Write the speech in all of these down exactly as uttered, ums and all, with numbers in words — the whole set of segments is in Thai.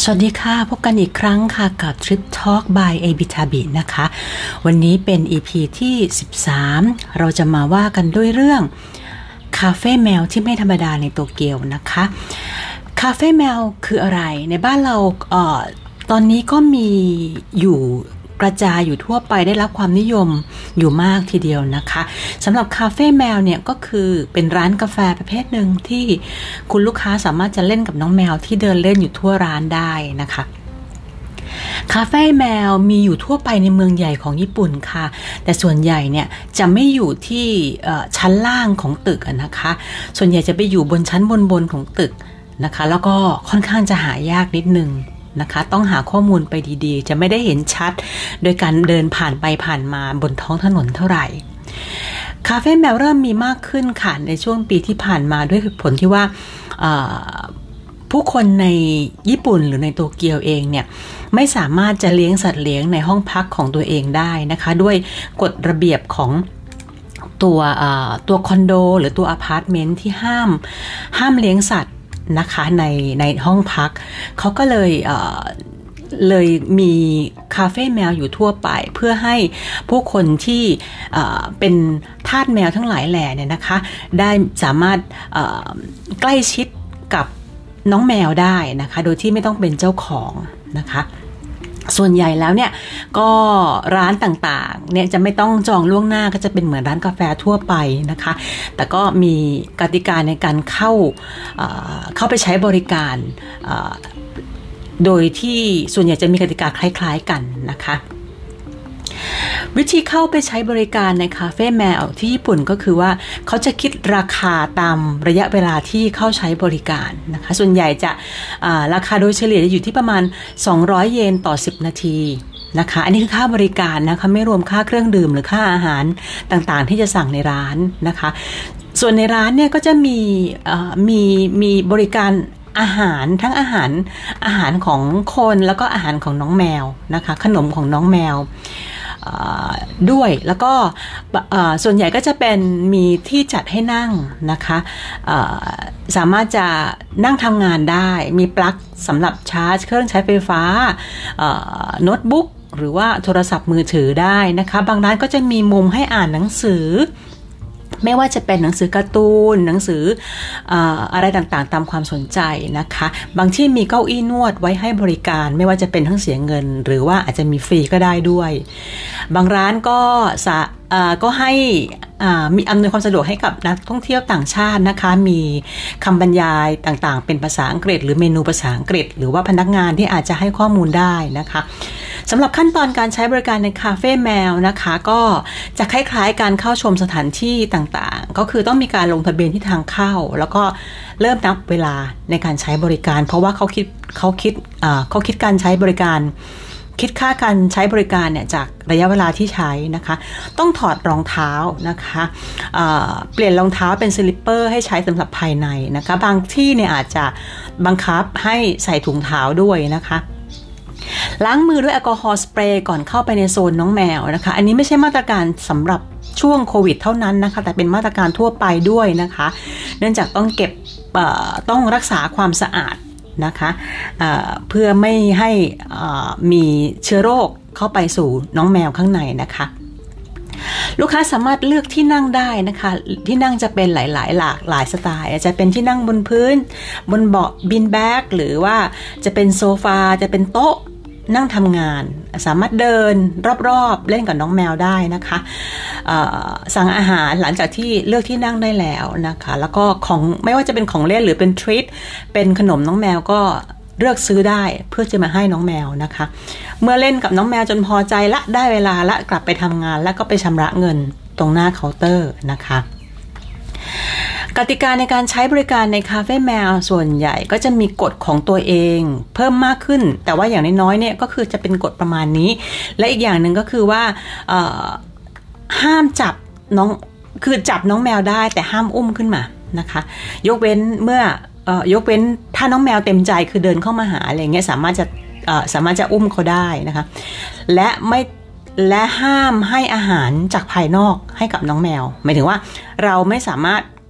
สวัสดีค่ะพบกันอีกครั้งค่ะกับ Trip Talk by เอ บี Tabi นะคะวันนี้เป็น อี พี ที่สิบสามเราจะมาว่ากันด้วยเรื่องคาเฟ่แมวที่ไม่ธรรมดาในโตเกียวนะคะคาเฟ่แมวคืออะไรในบ้านเราเอ่อตอนนี้ก็มีอยู่กระจายอยู่ทั่วไปได้รับความนิยมอยู่มากทีเดียวนะคะสำหรับคาเฟ่แมวเนี่ยก็คือเป็นร้านกาแฟประเภทหนึ่งที่คุณลูกค้าสามารถจะเล่นกับน้องแมวที่เดินเล่นอยู่ทั่วร้านได้นะคะคาเฟ่แมวมีอยู่ทั่วไปในเมืองใหญ่ของญี่ปุ่นค่ะแต่ส่วนใหญ่เนี่ยจะไม่อยู่ที่ชั้นล่างของตึกนะคะส่วนใหญ่จะไปอยู่บนชั้นบนๆของตึกนะคะแล้วก็ค่อนข้างจะหายากนิดนึงนะคะต้องหาข้อมูลไปดีๆจะไม่ได้เห็นชัดโดยการเดินผ่านไปผ่านมาบนท้องถนนเท่าไหร่คาเฟ่แมวเริ่มมีมากขึ้นค่ะในช่วงปีที่ผ่านมาด้วยผลที่ว่าผู้คนในญี่ปุ่นหรือในโตเกียวเองเนี่ยไม่สามารถจะเลี้ยงสัตว์เลี้ยงในห้องพักของตัวเองได้นะคะด้วยกฎระเบียบของตัวตัวคอนโดหรือตัวอพาร์ตเมนต์ที่ห้ามห้ามเลี้ยงสัตว์นะคะในในห้องพักเขาก็เลยเอ่อเลยมีคาเฟ่แมวอยู่ทั่วไปเพื่อให้ผู้คนที่เอ่อเป็นทาสแมวทั้งหลายแหล่เนี่ยนะคะได้สามารถเอ่อใกล้ชิดกับน้องแมวได้นะคะโดยที่ไม่ต้องเป็นเจ้าของนะคะส่วนใหญ่แล้วเนี่ยก็ร้านต่างๆเนี่ยจะไม่ต้องจองล่วงหน้าก็จะเป็นเหมือนร้านกาแฟทั่วไปนะคะแต่ก็มีกติกาในการเข้าเข้าไปใช้บริการโดยที่ส่วนใหญ่จะมีกติกาคล้ายๆกันนะคะวิธีเข้าไปใช้บริการในคาเฟ่แมวที่ญี่ปุ่นก็คือว่าเขาจะคิดราคาตามระยะเวลาที่เข้าใช้บริการนะคะส่วนใหญ่จะราคาโดยเฉลี่ยจะอยู่ที่ประมาณสองร้อยเยนต่อสิบนาทีนะคะอันนี้คือค่าบริการนะคะไม่รวมค่าเครื่องดื่มหรือค่าอาหารต่างๆที่จะสั่งในร้านนะคะส่วนในร้านเนี่ยก็จะมีมีมีบริการอาหารทั้งอาหารอาหารของคนแล้วก็อาหารของน้องแมวนะคะขนมของน้องแมวด้วยแล้วก็ส่วนใหญ่ก็จะเป็นมีที่จัดให้นั่งนะคะสามารถจะนั่งทำงานได้มีปลั๊กสำหรับชาร์จเครื่องใช้ไฟฟ้าโน้ตบุ๊กหรือว่าโทรศัพท์มือถือได้นะคะบางร้านก็จะมีมุมให้อ่านหนังสือไม่ว่าจะเป็นหนังสือการ์ตูนหนังสือ อ, อะไรต่างๆตามความสนใจนะคะบางที่มีเก้าอี้นวดไว้ให้บริการไม่ว่าจะเป็นทั้งเสียเงินหรือว่าอาจจะมีฟรีก็ได้ด้วยบางร้านก็ก็ให้มีอำนวยความสะดวกให้กับนักท่องเที่ยวต่างชาตินะคะมีคำบรรยายต่างๆเป็นภาษาอังกฤษหรือเมนูภาษาอังกฤษหรือว่าพนักงานที่อาจจะให้ข้อมูลได้นะคะสำหรับขั้นตอนการใช้บริการในคาเฟ่แมวนะคะก็จะคล้ายๆการเข้าชมสถานที่ต่างๆก็คือต้องมีการลงทะเบียนที่ทางเข้าแล้วก็เริ่มนับเวลาในการใช้บริการเพราะว่าเขาคิดเขาคิดเขาคิดการใช้บริการคิดค่าการใช้บริการเนี่ยจากระยะเวลาที่ใช้นะคะต้องถอดรองเท้านะคะเอ่อเปลี่ยนรองเท้าเป็นสลิปเปอร์ให้ใช้สำหรับภายในนะคะบางที่เนี่ยอาจจะบังคับให้ใส่ถุงเท้าด้วยนะคะล้างมือด้วยแอลกอฮอล์สเปรย์ก่อนเข้าไปในโซนน้องแมวนะคะอันนี้ไม่ใช่มาตรการสำหรับช่วงโควิดเท่านั้นนะคะแต่เป็นมาตรการทั่วไปด้วยนะคะเนื่องจากต้องเก็บต้องรักษาความสะอาดนะคะเอ่อเพื่อไม่ให้มีเชื้อโรคเข้าไปสู่น้องแมวข้างในนะคะลูกค้าสามารถเลือกที่นั่งได้นะคะที่นั่งจะเป็นหลายๆหลากหลายสไตล์จะเป็นที่นั่งบนพื้นบนเบาะบีนแบ็กหรือว่าจะเป็นโซฟาจะเป็นโต๊ะนั่งทำงานสามารถเดินรอบๆเล่นกับน้องแมวได้นะคะสั่งอาหารหลังจากที่เลือกที่นั่งได้แล้วนะคะแล้วก็ของไม่ว่าจะเป็นของเล่นหรือเป็นทรีตเป็นขนมน้องแมวก็เลือกซื้อได้เพื่อจะมาให้น้องแมวนะคะเมื่อเล่นกับน้องแมวจนพอใจละได้เวลาละกลับไปทำงานแล้วก็ไปชำระเงินตรงหน้าเคาน์เตอร์นะคะกติกาในการใช้บริการในคาเฟ่แมวส่วนใหญ่ก็จะมีกฎของตัวเองเพิ่มมากขึ้นแต่ว่าอย่างน้อยๆเนี่ยก็คือจะเป็นกฎประมาณนี้และอีกอย่างหนึ่งก็คือว่าห้ามจับน้องคือจับน้องแมวได้แต่ห้ามอุ้มขึ้นมานะคะยกเว้นเมื่อยกเว้นถ้าน้องแมวเต็มใจคือเดินเข้ามาหาอะไรเงี้ยสามารถจะสามารถจะอุ้มเขาได้นะคะและไม่และห้ามให้อาหารจากภายนอกให้กับน้องแมวหมายถึงว่าเราไม่สามารถ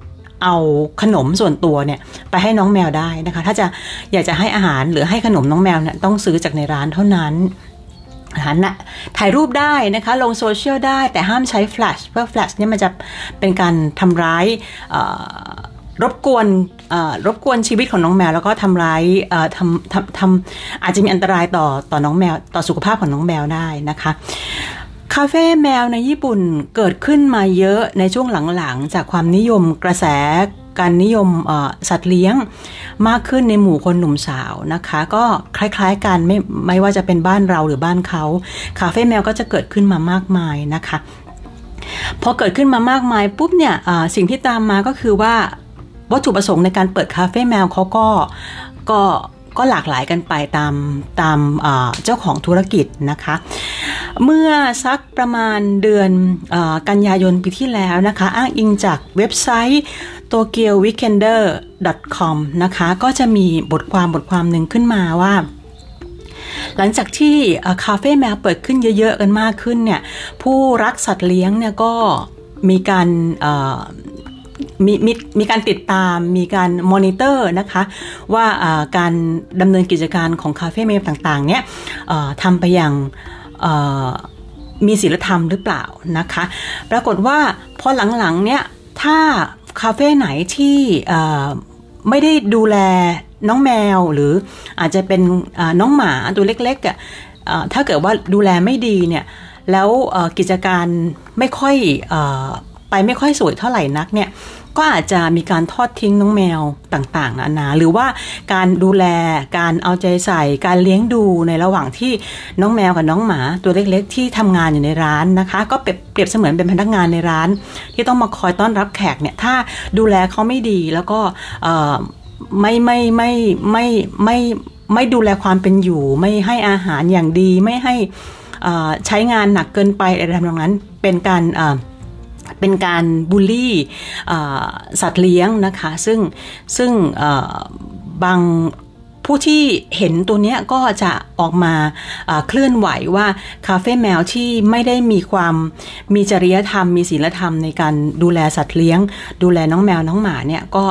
เอาขนมส่วนตัวเนี่ยไปให้น้องแมวได้นะคะถ้าจะอยากจะให้อาหารหรือให้ขนมน้องแมวเนี่ยต้องซื้อจากในร้านเท่านั้นนะถ่ายรูปได้นะคะลงโซเชียลได้แต่ห้ามใช้แฟลชเพราะแฟลชเนี่ยมันจะเป็นการทำร้ายรบกวนรบกวนชีวิตของน้องแมวแล้วก็ทำร้ายทำทำทำอาจจะมีอันตรายต่อต่อน้องแมวต่อสุขภาพของน้องแมวได้นะคะคาเฟ่แมวในญี่ปุ่นเกิดขึ้นมาเยอะในช่วงหลังๆจากความนิยมกระแสการนิยมสัตว์เลี้ยงมากขึ้นในหมู่คนหนุ่มสาวนะคะก็คล้ายๆกันไม่ไม่ว่าจะเป็นบ้านเราหรือบ้านเขาคาเฟ่แมวก็จะเกิดขึ้นมามากมายนะคะพอเกิดขึ้นมามากมายปุ๊บเนี่ยสิ่งที่ตามมาก็คือว่าวัตถุประสงค์ในการเปิดคาเฟ่แมวเขาก็ก็ก็หลากหลายกันไปตามตามเจ้าของธุรกิจนะคะเมื่อสักประมาณเดือนกันยายนปีที่แล้วนะคะอ้างอิงจากเว็บไซต์ โตเกียววีคเอนเดอร์ ดอท คอม นะคะก็จะมีบทความบทความหนึ่งขึ้นมาว่าหลังจากที่คาเฟ่แมวเปิดขึ้นเยอะๆกันมากขึ้นเนี่ยผู้รักสัตว์เลี้ยงเนี่ยก็มีการมีมีมีการติดตามมีการมอนิเตอร์นะคะว่าการดำเนินกิจการของคาเฟ่แมวต่างๆเนี่ยทำไปอย่างมีศีลธรรมหรือเปล่านะคะปรากฏว่าพอหลังๆเนี่ยถ้าคาเฟ่ไหนที่ไม่ได้ดูแลน้องแมวหรืออาจจะเป็นน้องหมาตัวเล็กๆอ่ะถ้าเกิดว่าดูแลไม่ดีเนี่ยแล้วกิจการไม่ค่อยไปไม่ค่อยสวยเท่าไหร่นักเนี่ยก็อาจจะมีการทอดทิ้งน้องแมวต่างๆนานาหรือว่าการดูแลการเอาใจใส่การเลี้ยงดูในระหว่างที่น้องแมวกับน้องหมาตัวเล็กๆที่ทำงานอยู่ในร้านนะคะก็เปรียบเปรียบเสมือนเป็นพนักงานในร้านที่ต้องมาคอยต้อนรับแขกเนี่ยถ้าดูแลเขาไม่ดีแล้วก็ไม่ไม่ไม่ไม่ไม่ไม่ดูแลความเป็นอยู่ไม่ให้อาหารอย่างดีไม่ให้ใช้งานหนักเกินไปอะไรทำนองนั้นเป็นการเป็นการบูลลี่สัตว์เลี้ยงนะคะซึ่งซึ่งบางผู้ที่เห็นตัวนี้ก็จะออกมาเคลื่อนไหวว่าคาเฟ่แมวที่ไม่ได้มีความมีจริยธรรมมีศีลธรรมในการดูแลสัตว์เลี้ยงดูแลน้องแมวน้องหมาเนี่ยก็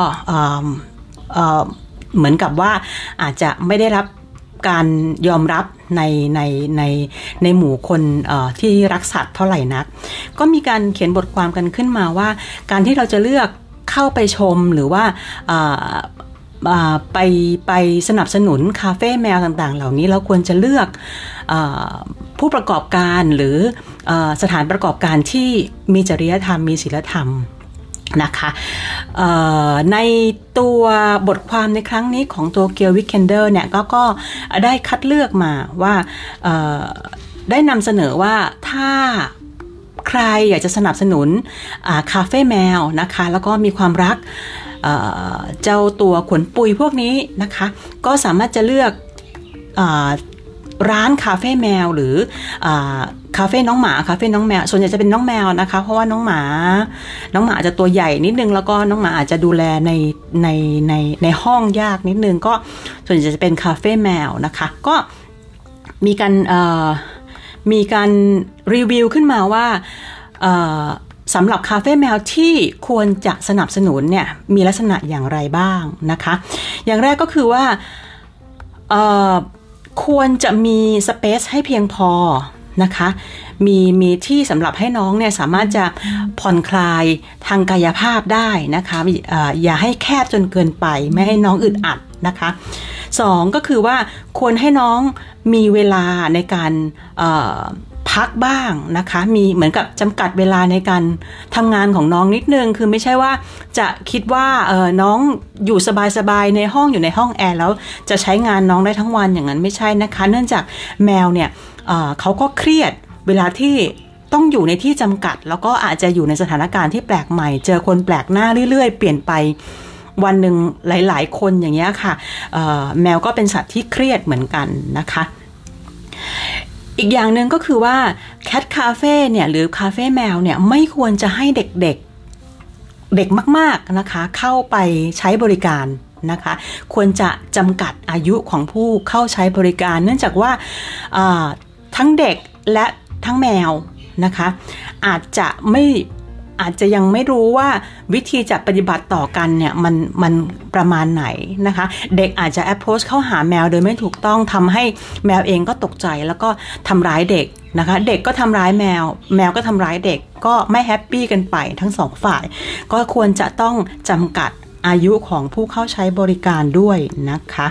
เหมือนกับว่าอาจจะไม่ได้รับการยอมรับในในในในหมู่คนที่รักสัตว์เท่าไหร่นักก็มีการเขียนบทความกันขึ้นมาว่าการที่เราจะเลือกเข้าไปชมหรือว่าไปไปสนับสนุนคาเฟ่แมวต่างๆเหล่านี้เราควรจะเลือกผู้ประกอบการหรือสถานประกอบการที่มีจริยธรรมมีศีลธรรมนะคะในตัวบทความในครั้งนี้ของโตเกียววีคเอนเดอร์เนี่ยก็ก็ได้คัดเลือกมาว่าได้นำเสนอว่าถ้าใครอยากจะสนับสนุนคาเฟ่แมวนะคะแล้วก็มีความรักเจ้าตัวขนปุยพวกนี้นะคะก็สามารถจะเลือกร้านคาเฟ่แมวหรือคาเฟ่น้องหมาคาเฟ่น้องแมวส่วนใหญ่จะเป็นน้องแมวนะคะเพราะว่าน้องหมาน้องหมาอาจจะตัวใหญ่นิดนึงแล้วก็น้องหมาอาจจะดูแลในในในในห้องยากนิดนึงก็ส่วนใหญ่จะเป็นคาเฟ่แมวนะคะก็มีการมีการรีวิวขึ้นมาว่าสำหรับคาเฟ่แมวที่ควรจะสนับสนุนเนี่ยมีลักษณะอย่างไรบ้างนะคะอย่างแรกก็คือว่าควรจะมีสเปซให้เพียงพอนะคะมีมีที่สำหรับให้น้องเนี่ยสามารถจะผ่อนคลายทางกายภาพได้นะคะอย่าให้แคบจนเกินไปไม่ให้น้องอึดอัดนะคะสองก็คือว่าควรให้น้องมีเวลาในการพักบ้างนะคะมีเหมือนกับจำกัดเวลาในการทำงานของน้องนิดนึงคือไม่ใช่ว่าจะคิดว่าเออน้องอยู่สบายๆในห้องอยู่ในห้องแอร์แล้วจะใช้งานน้องได้ทั้งวันอย่างนั้นไม่ใช่นะคะเนื่องจากแมวเนี่ย เอ่อ เขาก็เครียดเวลาที่ต้องอยู่ในที่จำกัดแล้วก็อาจจะอยู่ในสถานการณ์ที่แปลกใหม่เจอคนแปลกหน้าเรื่อยๆเปลี่ยนไปวันหนึ่งหลายๆคนอย่างเงี้ยค่ะแมวก็เป็นสัตว์ที่เครียดเหมือนกันนะคะอีกอย่างหนึ่งก็คือว่าแคทคาเฟ่เนี่ยหรือคาเฟ่แมวเนี่ยไม่ควรจะให้เด็กๆ เ, เด็กมากๆนะคะเข้าไปใช้บริการนะคะควรจะจำกัดอายุของผู้เข้าใช้บริการเนื่องจากว่าทั้งเด็กและทั้งแมวนะคะอาจจะไม่อาจจะยังไม่รู้ว่าวิธีจะปฏิบัติต่อกันเนี่ยมันมันประมาณไหนนะคะเด็กอาจจะ approach เข้าหาแมวโดยไม่ถูกต้องทำให้แมวเองก็ตกใจแล้วก็ทำร้ายเด็กนะคะเด็กก็ทำร้ายแมวแมวก็ทำร้ายเด็กก็ไม่แฮปปี้กันไปทั้งสองฝ่ายก็ควรจะต้องจำกัดอายุของผู้เข้าใช้บริการด้วยนะคะ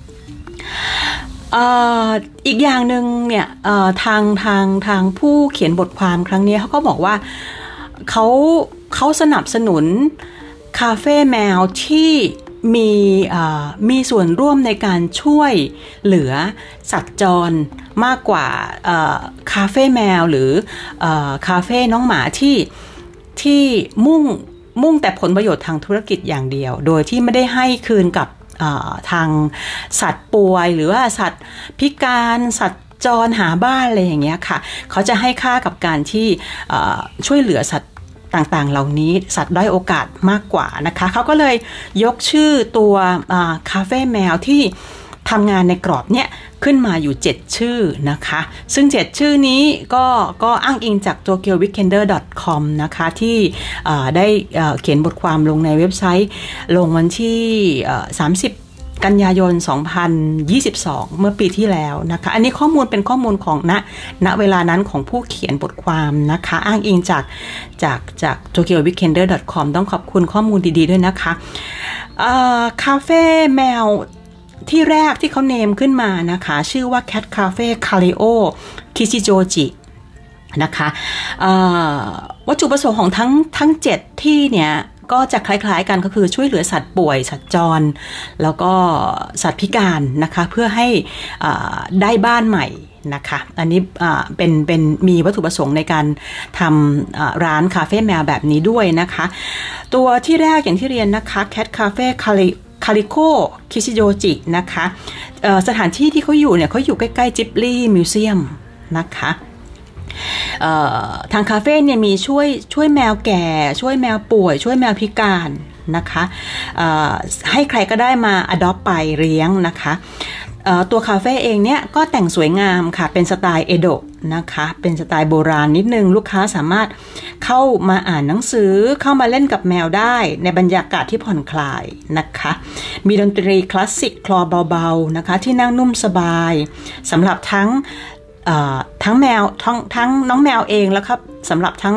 อ อ, อีกอย่างหนึ่งเนี่ยทางทางทางผู้เขียนบทความครั้งนี้เขาก็บอกว่าเขาเขาสนับสนุนคาเฟ่แมวที่มีมีส่วนร่วมในการช่วยเหลือสัตว์จรมากกว่าคาเฟ่แมวหรือคาเฟ่น้องหมาที่ที่มุ่งมุ่งแต่ผลประโยชน์ทางธุรกิจอย่างเดียวโดยที่ไม่ได้ให้คืนกับทางสัตว์ป่วยหรือว่าสัตว์พิการสัตว์จรหาบ้านอะไรอย่างเงี้ยค่ะเขาจะให้ค่ากับการที่ช่วยเหลือสัตว์ต่างๆเหล่านี้สัตว์ด้อยโอกาสมากกว่านะคะเขาก็เลยยกชื่อตัวคาเฟ่แมวที่ทำงานในกรอบเนี้ยขึ้นมาอยู่เจ็ดชื่อนะคะซึ่งเจ็ดชื่อนี้ก็ก็อ้างอิงจาก โตเกียววิกเคนเดอร์ ดอท คอม นะคะที่ได้เขียนบทความลงในเว็บไซต์ลงวันที่สามสิบกันยายนสองพันยี่สิบสองเมื่อปีที่แล้วนะคะอันนี้ข้อมูลเป็นข้อมูลของณณเวลานั้นของผู้เขียนบทความนะคะอ้างอิงจากจากจาก โตเกียววิกเคนเดอร์ ดอท คอม ต้องขอบคุณข้อมูลดีๆด้วยนะคะคาเฟ่แมวที่แรกที่เขาเนมขึ้นมานะคะชื่อว่า Cat Cafe Kaleo Kichijoji นะคะวัตถุประสงค์ของทั้งทั้งเจ็ดที่เนี่ยก็จะคล้ายๆกันก็คือช่วยเหลือสัตว์ป่วยสัตว์จรแล้วก็สัตว์พิการนะคะเพื่อให้ได้บ้านใหม่นะคะอันนี้เป็นเป็นมีวัตถุประสงค์ในการทำร้านคาเฟ่แมวแบบนี้ด้วยนะคะตัวที่แรกอย่างที่เรียนนะคะ Cat Cafe Kaliคาริโคคิชิโยจินะคะสถานที่ที่เขาอยู่เนี่ยเขาอยู่ใกล้ๆจิบลี่มิวเซียมนะคะทางคาเฟ่เนี่ยมีช่วยช่วยแมวแก่ช่วยแมวป่วยช่วยแมวพิการนะคะให้ใครก็ได้มา adopt ไปเลี้ยงนะคะตัวคาเฟ่เองเนี่ยก็แต่งสวยงามค่ะเป็นสไตล์เอโดะนะคะเป็นสไตล์โบราณนิดนึงลูกค้าสามารถเข้ามาอ่านหนังสือเข้ามาเล่นกับแมวได้ในบรรยากาศที่ผ่อนคลายนะคะมีดนตรีคลาสสิกคลอเบาๆนะคะที่นั่งนุ่มสบายสำหรับทั้งทั้งแมวทั้งทั้งน้องแมวเองแล้วครับสำหรับทั้ง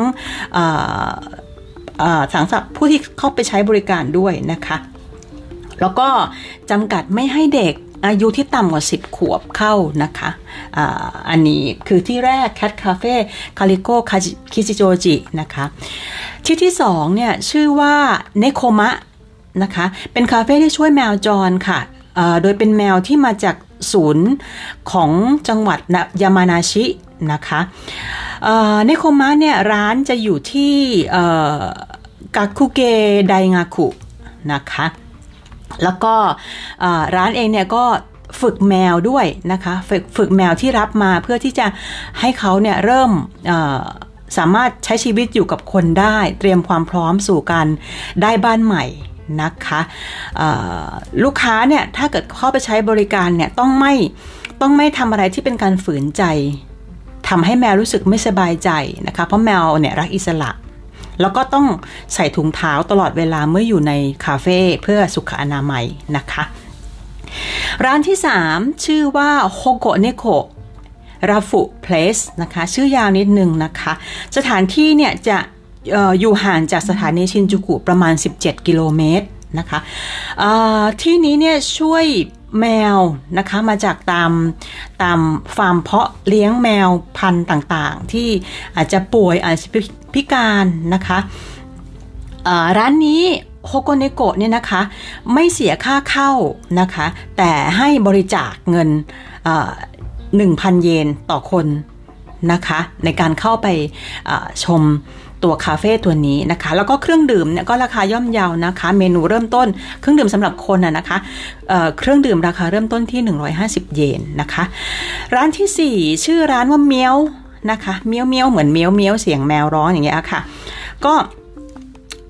สำหรับผู้ที่เข้าไปใช้บริการด้วยนะคะแล้วก็จำกัดไม่ให้เด็กอายุที่ต่ำกว่าสิบขวบเข้านะคะอ่าอันนี้คือที่แรก Cat Cafe Calico Kichijoji นะคะที่ที่สองเนี่ยชื่อว่าเนโคมะนะคะเป็นคาเฟ่ที่ช่วยแมวจรค่ะโดยเป็นแมวที่มาจากศูนย์ของจังหวัดยามานาชินะคะเนโคมะเนี่ยร้านจะอยู่ที่กาคุเกไดงาคุนะคะแล้วก็ร้านเองเนี่ยก็ฝึกแมวด้วยนะคะฝึกฝึกแมวที่รับมาเพื่อที่จะให้เขาเนี่ยเริ่มสามารถใช้ชีวิตอยู่กับคนได้เตรียมความพร้อมสู่การได้บ้านใหม่นะคะลูกค้าเนี่ยถ้าเกิดเข้าไปใช้บริการเนี่ยต้องไม่ต้องไม่ทำอะไรที่เป็นการฝืนใจทำให้แมวรู้สึกไม่สบายใจนะคะเพราะแมวเนี่ยรักอิสระแล้วก็ต้องใส่ถุงเท้าตลอดเวลาเมื่ออยู่ในคาเฟ่เพื่อสุขอนามัยนะคะร้านที่สามชื่อว่าโฮโกเนโกราฟุเพลสนะคะชื่อยาวนิดนึงนะคะสถานที่เนี่ยจะเอ่ออยู่ห่างจากสถานีชินจูกุประมาณสิบเจ็ดกิโลเมตรนะคะเอ่อที่นี้เนี่ยช่วยแมวนะคะมาจากตามตามฟาร์มเพาะเลี้ยงแมวพันธุ์ต่างๆที่อาจจะป่วยอาจจะพิการนะคะร้านนี้โฮโกเนโกะเนี่ยนะคะไม่เสียค่าเข้านะคะแต่ให้บริจาคเงิน หนึ่งพัน เยนต่อคนนะคะในการเข้าไปชมตัวคาเฟ่ตัวนี้นะคะแล้วก็เครื่องดื่มเนี่ยก็ราคาย่อมเยานะคะเมนูเริ่มต้นเครื่องดื่มสำหรับคนนะนะคะเอ่อเครื่องดื่มราคาเริ่มต้นที่หนึ่งร้อยห้าสิบเยนนะคะร้านที่สี่ชื่อร้านว่าเมียวนะคะเมียวเมียวเหมือนเมียวเมียวเสียงแมวร้องอย่างเงี้ยค่ะก็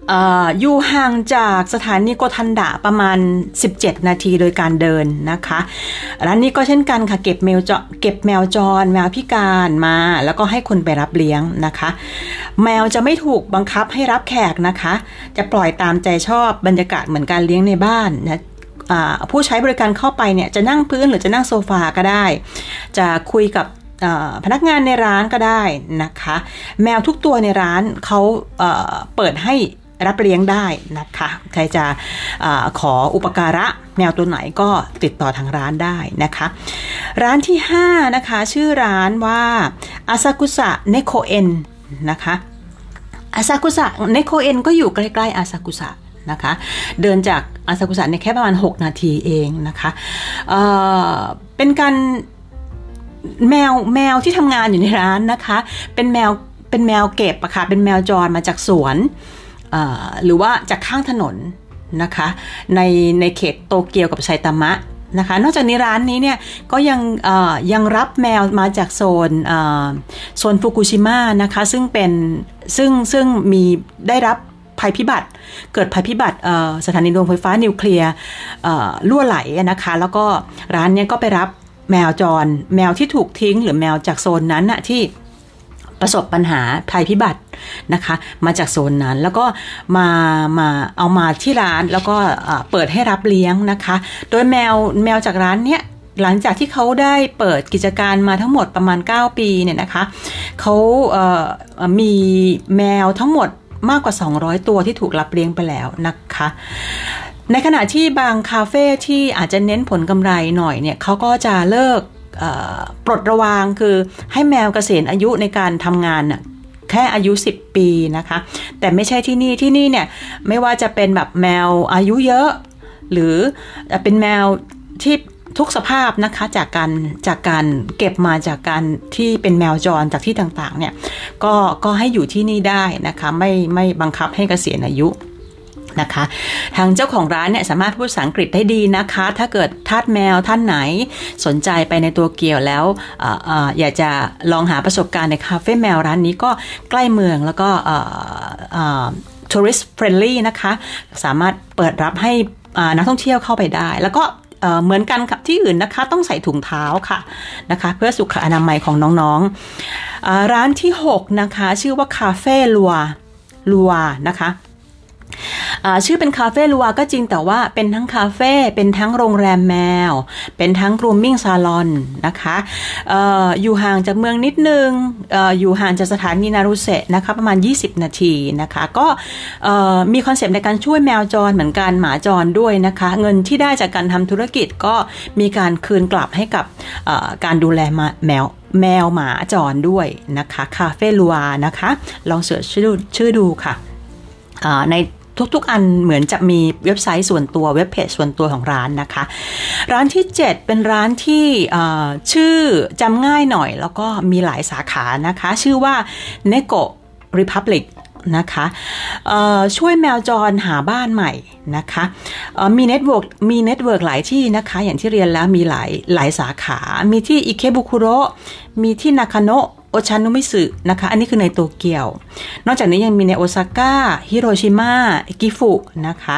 เอ่ออยู่ห่างจากสถานีโกทันดะประมาณสิบเจ็ดนาทีโดยการเดินนะคะร้านนี้ก็เช่นกันค่ะเก็บแมวจรเก็บแมวจรแมวพิการมาแล้วก็ให้คนไปรับเลี้ยงนะคะแมวจะไม่ถูกบังคับให้รับแขกนะคะจะปล่อยตามใจชอบบรรยากาศเหมือนการเลี้ยงในบ้านนะผู้ใช้บริการเข้าไปเนี่ยจะนั่งพื้นหรือจะนั่งโซฟาก็ได้จะคุยกับพนักงานในร้านก็ได้นะคะแมวทุกตัวในร้านเขาเอ่อเปิดให้รับเลี้ยงได้นะคะใครจะเอ่อขออุปการะแมวตัวไหนก็ติดต่อทางร้านได้นะคะร้านที่ห้านะคะชื่อร้านว่าอาซากุสะเนโคเอ็นนะคะอาซากุสะเนโคเอ็นก็อยู่ใกล้ๆอาซากุสะนะคะเดินจากอาซากุสะในแค่ประมาณหกนาทีเองนะคะเอ่อเป็นการแมวแมวที่ทำงานอยู่ในร้านนะคะเป็นแมวเป็นแมวเก็บอะค่ะเป็นแมวจรมาจากสวนหรือว่าจากข้างถนนนะคะในในเขตโตเกียวกับไซตามะนะคะนอกจากนี้ร้านนี้เนี่ยก็ยังยังรับแมวมาจากโซนโซนฟุกุชิมะนะคะซึ่งเป็นซึ่งซึ่งมีได้รับภัยพิบัติเกิดภัยพิบัติสถานีโรงไฟฟ้านิวเคลียร์รั่วไหลนะคะแล้วก็ร้านนี้ก็ไปรับแมวจรแมวที่ถูกทิ้งหรือแมวจากโซนนั้นน่ะที่ประสบปัญหาภัยพิบัตินะคะมาจากโซนนั้นแล้วก็มามาเอามาที่ร้านแล้วก็เปิดให้รับเลี้ยงนะคะโดยแมวแมวจากร้านเนี้ยหลังจากที่เขาได้เปิดกิจการมาทั้งหมดประมาณเก้าปีเนี่ยนะคะเขาเอ่อมีแมวทั้งหมดมากกว่าสองร้อยตัวที่ถูกรับเลี้ยงไปแล้วนะคะในขณะที่บางคาเฟ่ที่อาจจะเน้นผลกำไรหน่อยเนี่ยเขาก็จะเลิกปลดระวางคือให้แมวเกษียณอายุในการทำงานน่ะแค่อายุสิบปีนะคะแต่ไม่ใช่ที่นี่ที่นี่เนี่ยไม่ว่าจะเป็นแบบแมวอายุเยอะหรือเป็นแมวที่ทุกสภาพนะคะจากการจากการเก็บมาจากการที่เป็นแมวจรจากที่ต่างๆเนี่ยก็ก็ให้อยู่ที่นี่ได้นะคะไม่ไม่บังคับให้เกษียณอายุนะคะทางเจ้าของร้านเนี่ยสามารถพูดภาษาอังกฤษได้ดีนะคะถ้าเกิดทาสแมวท่านไหนสนใจไปในตัวเกียวแล้วเอ่อเอ่ออยากจะลองหาประสบการณ์ในคาเฟ่แมวร้านนี้ก็ใกล้เมืองแล้วก็เอ่อเอ่อ tourist friendly นะคะสามารถเปิดรับให้นักท่องเที่ยวเข้าไปได้แล้วก็เหมือนกันกับที่อื่นนะคะต้องใส่ถุงเท้าค่ะนะคะเพื่อสุขอนามัยของน้องๆร้านที่หกนะคะชื่อว่าคาเฟ่ลัวลัวนะคะชื่อเป็นคาเฟ่ลัวก็จริงแต่ว่าเป็นทั้งคาเฟ่เป็นทั้งโรงแรมแมวเป็นทั้งกรูมมิ่งซาลอนนะคะ อ, อ, อยู่ห่างจากเมืองนิดนึง อ, อยู่ห่างจากสถานีนารุเซะนะคะประมาณยี่สิบนาทีนะคะก็มีคอนเซปต์ในการช่วยแมวจรเหมือนกันหมาจรด้วยนะคะเงินที่ได้จากการทำธุรกิจก็มีการคืนกลับให้กับการดูแลแมวแมวหมาจรด้วยนะคะคาเฟ่ลัวนะคะลองเสิร์ชชื่อชื่อดูค่ะในทุกๆอันเหมือนจะมีเว็บไซต์ส่วนตัวเว็บเพจส่วนตัวของร้านนะคะร้านที่เจ็ดเป็นร้านที่ชื่อจำง่ายหน่อยแล้วก็มีหลายสาขานะคะชื่อว่า Neko Republic นะคะช่วยแมวจรหาบ้านใหม่นะคะมีเน็ตเวิร์กมีเน็ตเวิร์กหลายที่นะคะอย่างที่เรียนแล้วมีหลายหลายสาขามีที่อิเคบุคุโระมีที่นาคาโนะโอชานุมิสึนะคะอันนี้คือในโตเกียวนอกจากนี้ยังมีในโอซาก้าฮิโรชิมากิฟุนะคะ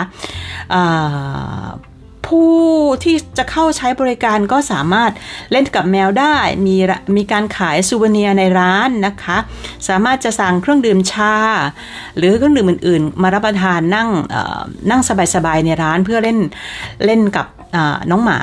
ผู้ที่จะเข้าใช้บริการก็สามารถเล่นกับแมวได้มีมีการขายซูเวเนียร์ในร้านนะคะสามารถจะสั่งเครื่องดื่มชาหรือเครื่องดื่มอื่นๆมารับประทานนั่งนั่งสบายๆในร้านเพื่อเล่นเล่นกับน้องหมา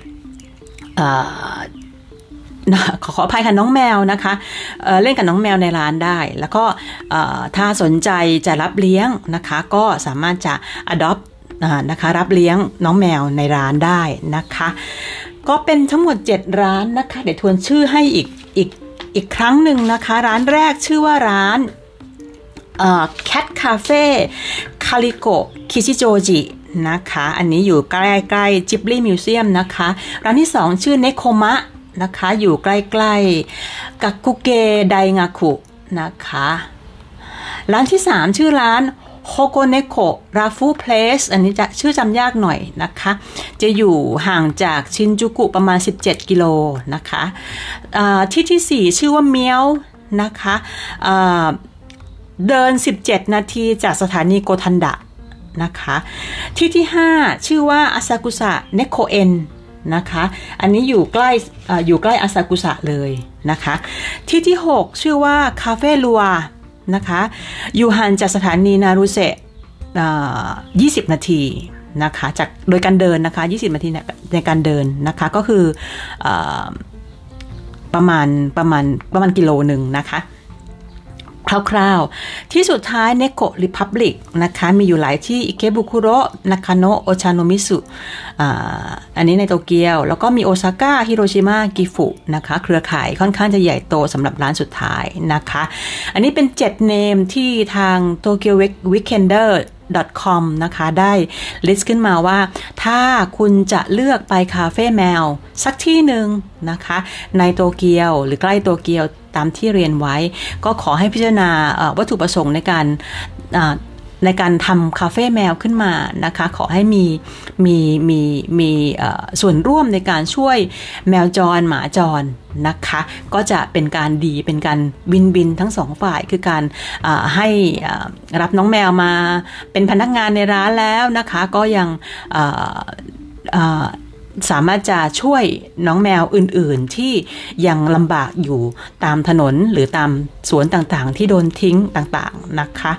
ขอขออภัยค่ะน้องแมวนะคะ เอ่อ เล่นกับน้องแมวในร้านได้แล้วก็ถ้าสนใจจะรับเลี้ยงนะคะก็สามารถจะ adopt นะคะรับเลี้ยงน้องแมวในร้านได้นะคะก็เป็นทั้งหมดเจ็ดร้านนะคะเดี๋ยวทวนชื่อให้อีกอีกอีกครั้งหนึ่งนะคะร้านแรกชื่อว่าร้านเอ่อ Cat Cafe Calico Kichijoji นะคะอันนี้อยู่ใกล้ๆ Ghibli Museum นะคะร้านที่สองชื่อ Nekomaนะคะอยู่ใกล้ๆกักกุเกไดงาคุนะคะร้านที่สามชื่อร้านโฮโกเนโกราฟูเพลสอันนี้จะชื่อจำยากหน่อยนะคะจะอยู่ห่างจากชินจูกุประมาณสิบเจ็ดกิโลนะคะที่ที่สี่ชื่อว่าเมียวนะคะเดินสิบเจ็ดนาทีจากสถานีโกทันดะนะคะที่ที่ห้าชื่อว่าอาซากุสะเนโคเอ็นนะคะอันนี้อยู่ใกล้อยู่ใกล้อาซากุสะเลยนะคะที่ที่หกชื่อว่าคาเฟ่ลัวนะคะอยู่ห่างจากสถานีนารุเซะยี่สิบนาทีนะคะจากโดยการเดินนะคะยี่สิบนาทีในการเดินนะคะก็คือประมาณประมาณประมาณกิโลหนึ่งนะคะคร่าวๆที่สุดท้ายเนโกะริพับลิกนะคะมีอยู่หลายที่อิเกบุคุโระนากาโนะโอชาโนมิสุอ่าอันนี้ในโตเกียวแล้วก็มีโอซาก้าฮิโรชิมากิฟุนะคะเครือข่ายค่อนข้างจะใหญ่โตสำหรับร้านสุดท้ายนะคะอันนี้เป็นเจ็ดเนมที่ทาง Tokyo Weekender .com นะคะได้ลิสต์ขึ้นมาว่าถ้าคุณจะเลือกไปคาเฟ่แมวสักที่หนึ่งนะคะในโตเกียวหรือใกล้โตเกียวตามที่เรียนไว้ก็ขอให้พิจารณาวัตถุประสงค์ในการในการทำคาเฟ่แมวขึ้นมานะคะขอให้มีมีมีมีส่วนร่วมในการช่วยแมวจรหมาจรนะคะก็จะเป็นการดีเป็นการวินวินทั้งสองฝ่ายคือการให้รับน้องแมวมาเป็นพนักงานในร้านแล้วนะคะก็ยังสามารถจะช่วยน้องแมวอื่นๆที่ยังลำบากอยู่ตามถนนหรือตามสวนต่างๆที่โดนทิ้งต่างๆนะคะ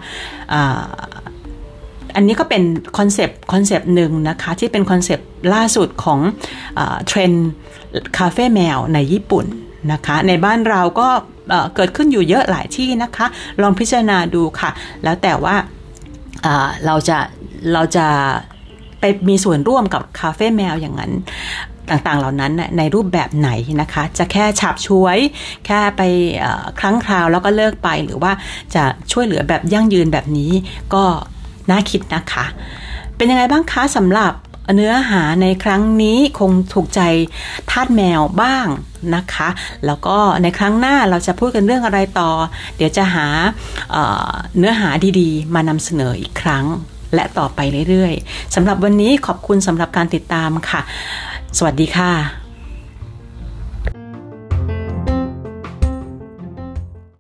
อันนี้ก็เป็นคอนเซปต์คอนเซปต์หนึ่งนะคะที่เป็นคอนเซปต์ล่าสุดของเทรนด์คาเฟ่แมวในญี่ปุ่นนะคะในบ้านเราก็เกิดขึ้นอยู่เยอะหลายที่นะคะลองพิจารณาดูค่ะแล้วแต่ว่าเราจะเราจะไปมีส่วนร่วมกับคาเฟ่แมวอย่างนั้นต่างๆเหล่านั้นในรูปแบบไหนนะคะจะแค่ฉับฉวยแค่ไปครั้งคราวแล้วก็เลิกไปหรือว่าจะช่วยเหลือแบบยั่งยืนแบบนี้ก็น่าคิดนะคะเป็นยังไงบ้างคะสำหรับเนื้อหาในครั้งนี้คงถูกใจทาสแมวบ้างนะคะแล้วก็ในครั้งหน้าเราจะพูดกันเรื่องอะไรต่อเดี๋ยวจะหาเอ่อเนื้อหาดีๆมานำเสนออีกครั้งและต่อไปเรื่อยๆสำหรับวันนี้ขอบคุณสำหรับการติดตามค่ะสวัสดีค่ะ